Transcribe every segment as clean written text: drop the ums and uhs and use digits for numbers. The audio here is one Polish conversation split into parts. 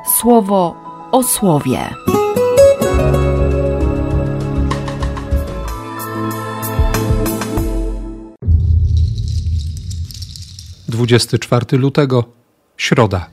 Słowo o słowie. Dwudziesty 24 lutego, środa.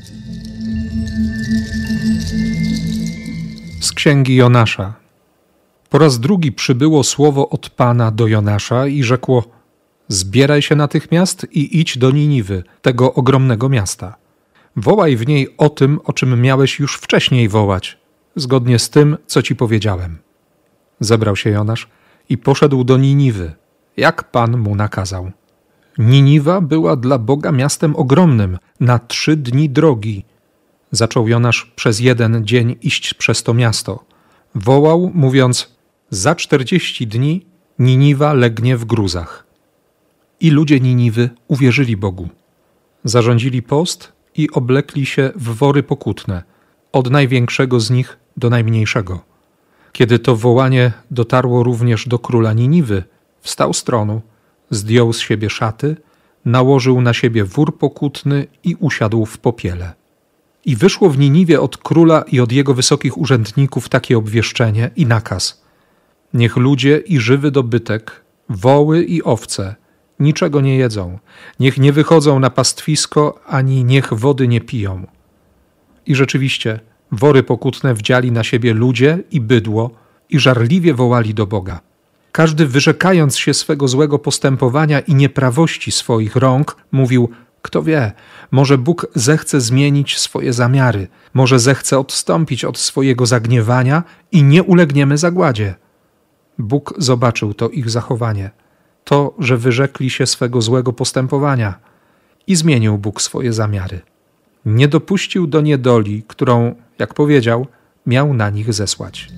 Z księgi Jonasza. Po raz drugi przybyło słowo od Pana do Jonasza i rzekło: zbieraj się natychmiast i idź do Niniwy, tego ogromnego miasta. Wołaj w niej o tym, o czym miałeś już wcześniej wołać, zgodnie z tym, co ci powiedziałem. Zebrał się Jonasz i poszedł do Niniwy, jak Pan mu nakazał. Niniwa była dla Boga miastem ogromnym, na 3 dni drogi. Zaczął Jonasz przez 1 dzień iść przez to miasto. Wołał, mówiąc: za 40 dni Niniwa legnie w gruzach. I ludzie Niniwy uwierzyli Bogu. Zarządzili post i oblekli się w wory pokutne, od największego z nich do najmniejszego. Kiedy to wołanie dotarło również do króla Niniwy, wstał z tronu, zdjął z siebie szaty, nałożył na siebie wór pokutny i usiadł w popiele. I wyszło w Niniwie od króla i od jego wysokich urzędników takie obwieszczenie i nakaz: niech ludzie i żywy dobytek, woły i owce niczego nie jedzą, niech nie wychodzą na pastwisko, ani niech wody nie piją. I rzeczywiście wory pokutne wdziali na siebie ludzie i bydło i żarliwie wołali do Boga. Każdy, wyrzekając się swego złego postępowania i nieprawości swoich rąk, mówił: kto wie, może Bóg zechce zmienić swoje zamiary, może zechce odstąpić od swojego zagniewania i nie ulegniemy zagładzie. Bóg zobaczył to ich zachowanie, to, że wyrzekli się swego złego postępowania, i zmienił Bóg swoje zamiary. Nie dopuścił do niedoli, którą, jak powiedział, miał na nich zesłać.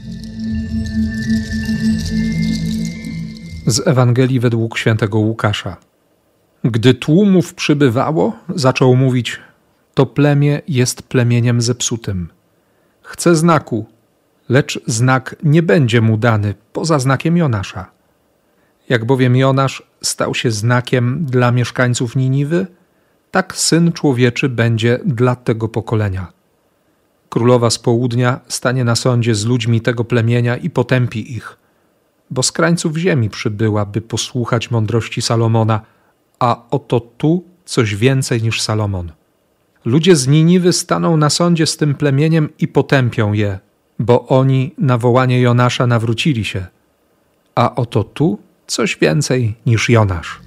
Z Ewangelii według świętego Łukasza. Gdy tłumów przybywało, zaczął mówić: to plemię jest plemieniem zepsutym. Chce znaku, lecz znak nie będzie mu dany poza znakiem Jonasza. Jak bowiem Jonasz stał się znakiem dla mieszkańców Niniwy, tak Syn Człowieczy będzie dla tego pokolenia. Królowa z południa stanie na sądzie z ludźmi tego plemienia i potępi ich, bo z krańców ziemi przybyła, by posłuchać mądrości Salomona, a oto tu coś więcej niż Salomon. Ludzie z Niniwy staną na sądzie z tym plemieniem i potępią je, bo oni na wołanie Jonasza nawrócili się, a oto tu coś więcej niż Jonasz.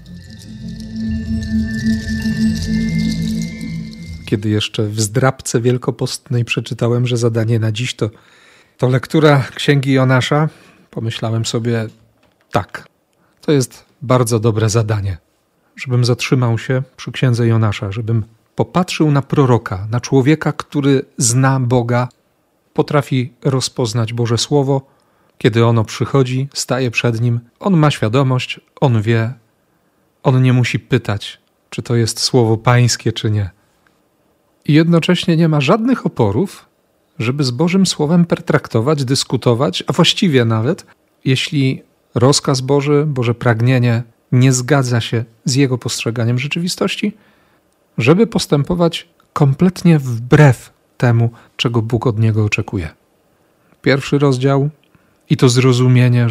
Kiedy jeszcze w zdrabce wielkopostnej przeczytałem, że zadanie na dziś to lektura księgi Jonasza, pomyślałem sobie: tak, to jest bardzo dobre zadanie, żebym zatrzymał się przy księdze Jonasza, żebym popatrzył na proroka, na człowieka, który zna Boga, potrafi rozpoznać Boże Słowo. Kiedy ono przychodzi, staje przed nim, on ma świadomość, on wie, on nie musi pytać, czy to jest słowo pańskie, czy nie. I jednocześnie nie ma żadnych oporów, żeby z Bożym Słowem pertraktować, dyskutować, a właściwie nawet, jeśli rozkaz Boży, Boże pragnienie nie zgadza się z jego postrzeganiem rzeczywistości, żeby postępować kompletnie wbrew temu, czego Bóg od niego oczekuje. 1 rozdział i to zrozumienie,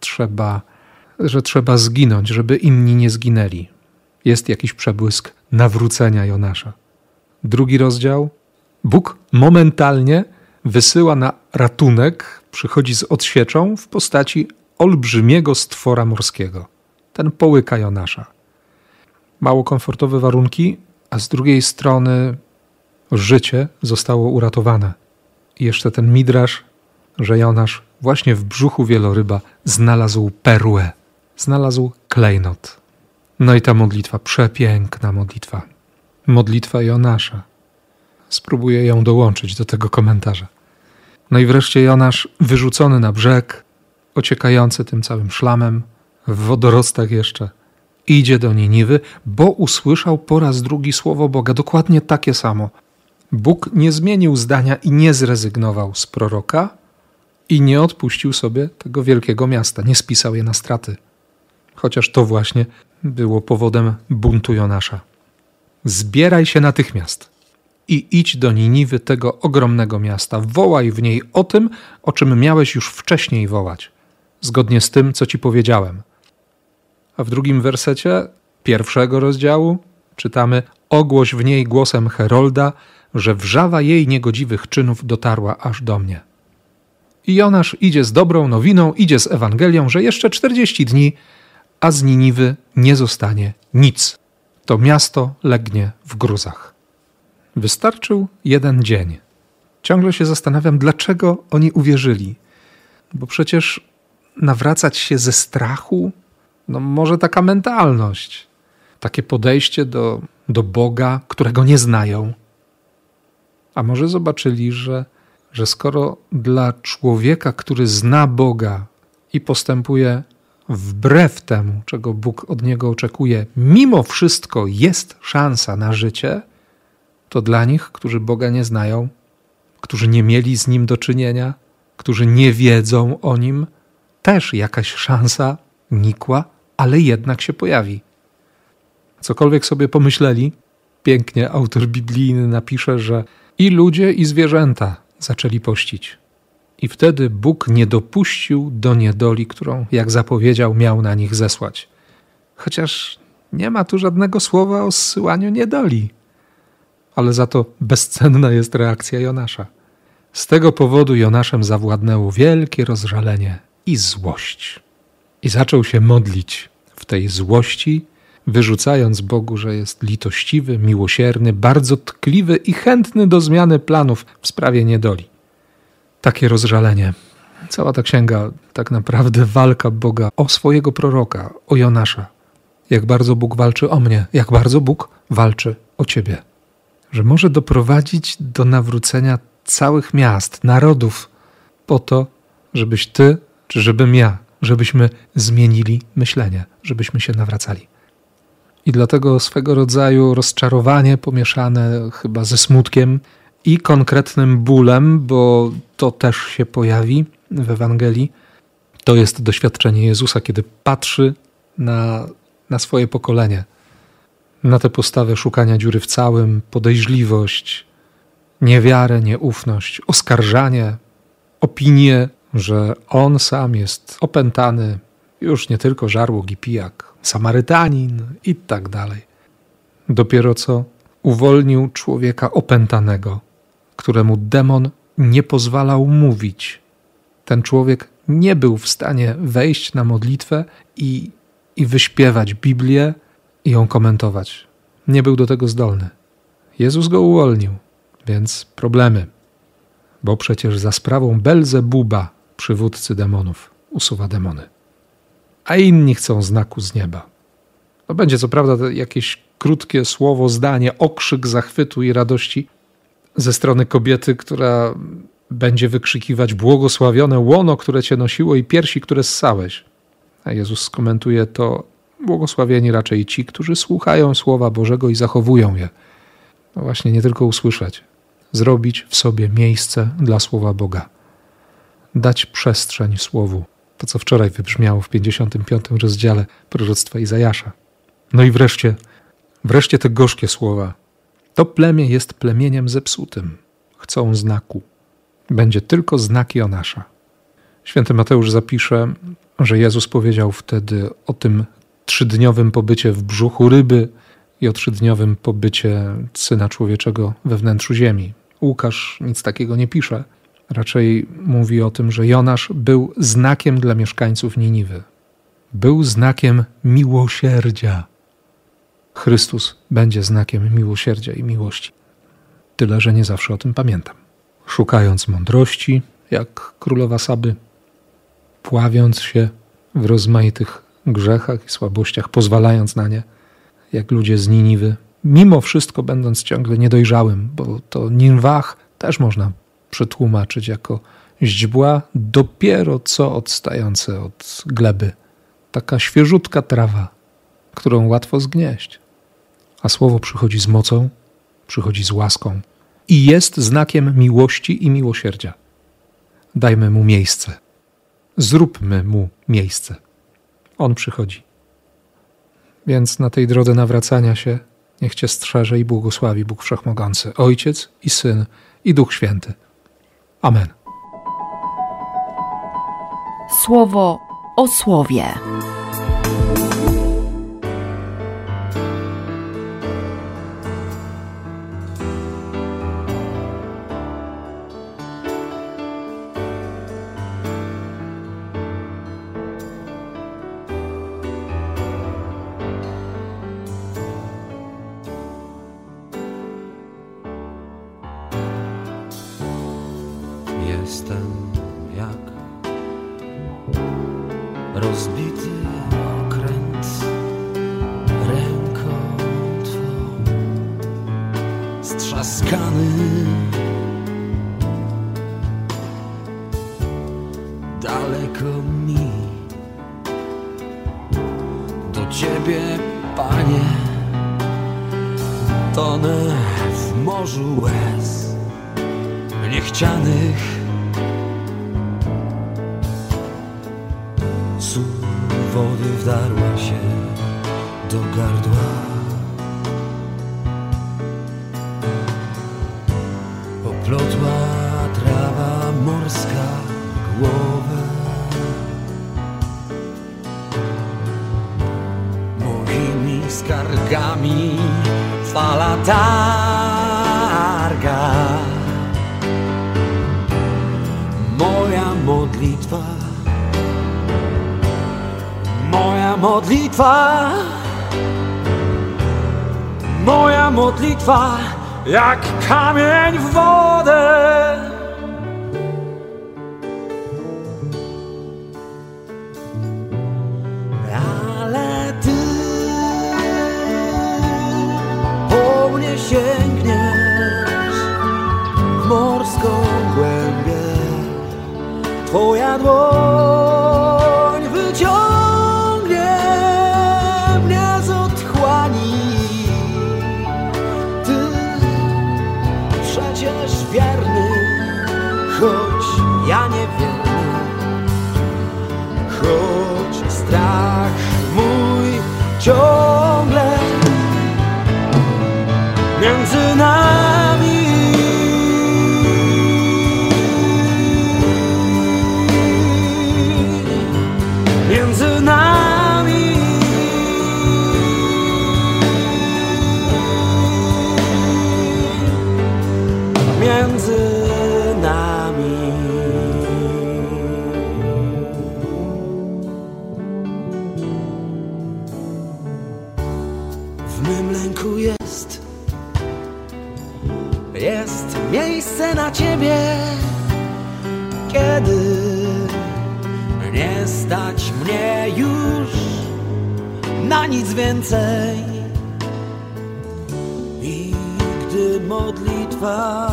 że trzeba zginąć, żeby inni nie zginęli. Jest jakiś przebłysk nawrócenia Jonasza. 2 rozdział. Bóg momentalnie wysyła na ratunek, przychodzi z odsieczą w postaci olbrzymiego stwora morskiego. Ten połyka Jonasza. Mało komfortowe warunki, a z drugiej strony życie zostało uratowane. I jeszcze ten midrasz, że Jonasz właśnie w brzuchu wieloryba znalazł perłę, znalazł klejnot. No i ta modlitwa, przepiękna modlitwa. Modlitwa Jonasza. Spróbuję ją dołączyć do tego komentarza. No i wreszcie Jonasz wyrzucony na brzeg, ociekający tym całym szlamem, w wodorostach jeszcze, idzie do Niniwy, bo usłyszał po raz drugi słowo Boga, dokładnie takie samo. Bóg nie zmienił zdania i nie zrezygnował z proroka i nie odpuścił sobie tego wielkiego miasta, nie spisał je na straty. Chociaż to właśnie było powodem buntu Jonasza. Zbieraj się natychmiast. i idź do Niniwy, tego ogromnego miasta. Wołaj w niej o tym, o czym miałeś już wcześniej wołać, zgodnie z tym, co ci powiedziałem. A w drugim wersecie 1 rozdziału czytamy: ogłoś w niej głosem Herolda, że wrzawa jej niegodziwych czynów dotarła aż do mnie. I Jonasz idzie z dobrą nowiną, idzie z Ewangelią, że jeszcze 40 dni, a z Niniwy nie zostanie nic. To miasto legnie w gruzach. Wystarczył 1 dzień. Ciągle się zastanawiam, dlaczego oni uwierzyli. Bo przecież nawracać się ze strachu, może taka mentalność, takie podejście do Boga, którego nie znają. A może zobaczyli, że skoro dla człowieka, który zna Boga i postępuje wbrew temu, czego Bóg od niego oczekuje, mimo wszystko jest szansa na życie, to dla nich, którzy Boga nie znają, którzy nie mieli z Nim do czynienia, którzy nie wiedzą o Nim, też jakaś szansa nikła, ale jednak się pojawi. Cokolwiek sobie pomyśleli, pięknie autor biblijny napisze, że i ludzie, i zwierzęta zaczęli pościć. I wtedy Bóg nie dopuścił do niedoli, którą, jak zapowiedział, miał na nich zesłać. Chociaż nie ma tu żadnego słowa o zsyłaniu niedoli. Ale za to bezcenna jest reakcja Jonasza. Z tego powodu Jonaszem zawładnęło wielkie rozżalenie i złość. I zaczął się modlić w tej złości, wyrzucając Bogu, że jest litościwy, miłosierny, bardzo tkliwy i chętny do zmiany planów w sprawie niedoli. Takie rozżalenie. Cała ta księga, tak naprawdę walka Boga o swojego proroka, o Jonasza. Jak bardzo Bóg walczy o mnie, jak bardzo Bóg walczy o ciebie. Że może doprowadzić do nawrócenia całych miast, narodów, po to, żebyś ty, czy żebym ja, żebyśmy zmienili myślenie, żebyśmy się nawracali. I dlatego swego rodzaju rozczarowanie pomieszane chyba ze smutkiem i konkretnym bólem, bo to też się pojawi w Ewangelii, to jest doświadczenie Jezusa, kiedy patrzy na swoje pokolenie, na tę postawę szukania dziury w całym, podejrzliwość, niewiarę, nieufność, oskarżanie, opinię, że on sam jest opętany, już nie tylko żarłok i pijak, Samarytanin i tak dalej. Dopiero co uwolnił człowieka opętanego, któremu demon nie pozwalał mówić. Ten człowiek nie był w stanie wejść na modlitwę i wyśpiewać Biblię i ją komentować. Nie był do tego zdolny. Jezus go uwolnił, więc problemy. Bo przecież za sprawą Belzebuba, przywódcy demonów, usuwa demony. A inni chcą znaku z nieba. To będzie co prawda jakieś krótkie słowo, zdanie, okrzyk zachwytu i radości ze strony kobiety, która będzie wykrzykiwać: błogosławione łono, które cię nosiło, i piersi, które ssałeś. A Jezus skomentuje to: błogosławieni raczej ci, którzy słuchają Słowa Bożego i zachowują je. No właśnie, nie tylko usłyszeć. Zrobić w sobie miejsce dla Słowa Boga. Dać przestrzeń Słowu. To, co wczoraj wybrzmiało w 55. rozdziale proroctwa Izajasza. No i wreszcie te gorzkie słowa. To plemię jest plemieniem zepsutym. Chcą znaku. Będzie tylko znak Jonasza. Święty Mateusz zapisze, że Jezus powiedział wtedy o tym 3-dniowym pobycie w brzuchu ryby i o 3-dniowym pobycie Syna Człowieczego we wnętrzu ziemi. Łukasz nic takiego nie pisze. Raczej mówi o tym, że Jonasz był znakiem dla mieszkańców Niniwy. Był znakiem miłosierdzia. Chrystus będzie znakiem miłosierdzia i miłości. Tyle, że nie zawsze o tym pamiętam. Szukając mądrości, jak królowa Saby, pławiąc się w rozmaitych grzechach i słabościach, pozwalając na nie, jak ludzie z Niniwy, mimo wszystko będąc ciągle niedojrzałym, bo to Ninwach też można przetłumaczyć jako źdźbła dopiero co odstające od gleby. Taka świeżutka trawa, którą łatwo zgnieść. A słowo przychodzi z mocą, przychodzi z łaską i jest znakiem miłości i miłosierdzia. Dajmy mu miejsce. Zróbmy mu miejsce. On przychodzi. Więc na tej drodze nawracania się Niech Cię strzeże i błogosławi Bóg Wszechmogący, Ojciec i Syn i Duch Święty. Amen. Słowo o słowie. Jestem jak rozbity okręt ręką Twą, strzaskany, daleko mi do Ciebie, Panie, tonę w morzu łez niechcianych. Sól wody wdarła się do gardła. Oplotła trawa morska głowę. Moimi skargami fala targa. Moja modlitwa, moja modlitwa, moja modlitwa jak kamień w wodę. Ale Ty po mnie sięgniesz w morską głębię. Twoja dłoń wyciągnie mnie z otchłani. Ty przecież wierny, choć ja niewierny, choć strach mój ciągle między nami. Między nami, między nami. W mym lęku jest miejsce na Ciebie, kiedy nie stać mnie już na nic więcej. I gdy modlitwa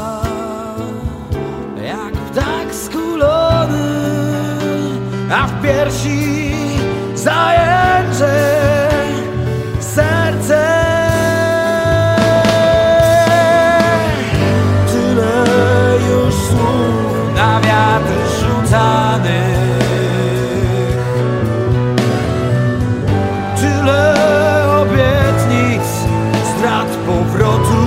jak ptak skulony, a w piersi zajęcze serce, tyle już słów na wiatr rzucanych, powrotów.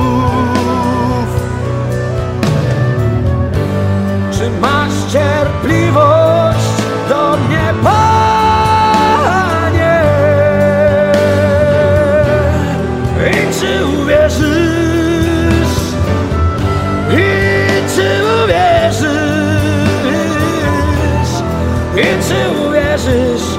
Czy masz cierpliwość do mnie, Panie? I czy uwierzysz? I czy uwierzysz? I czy uwierzysz?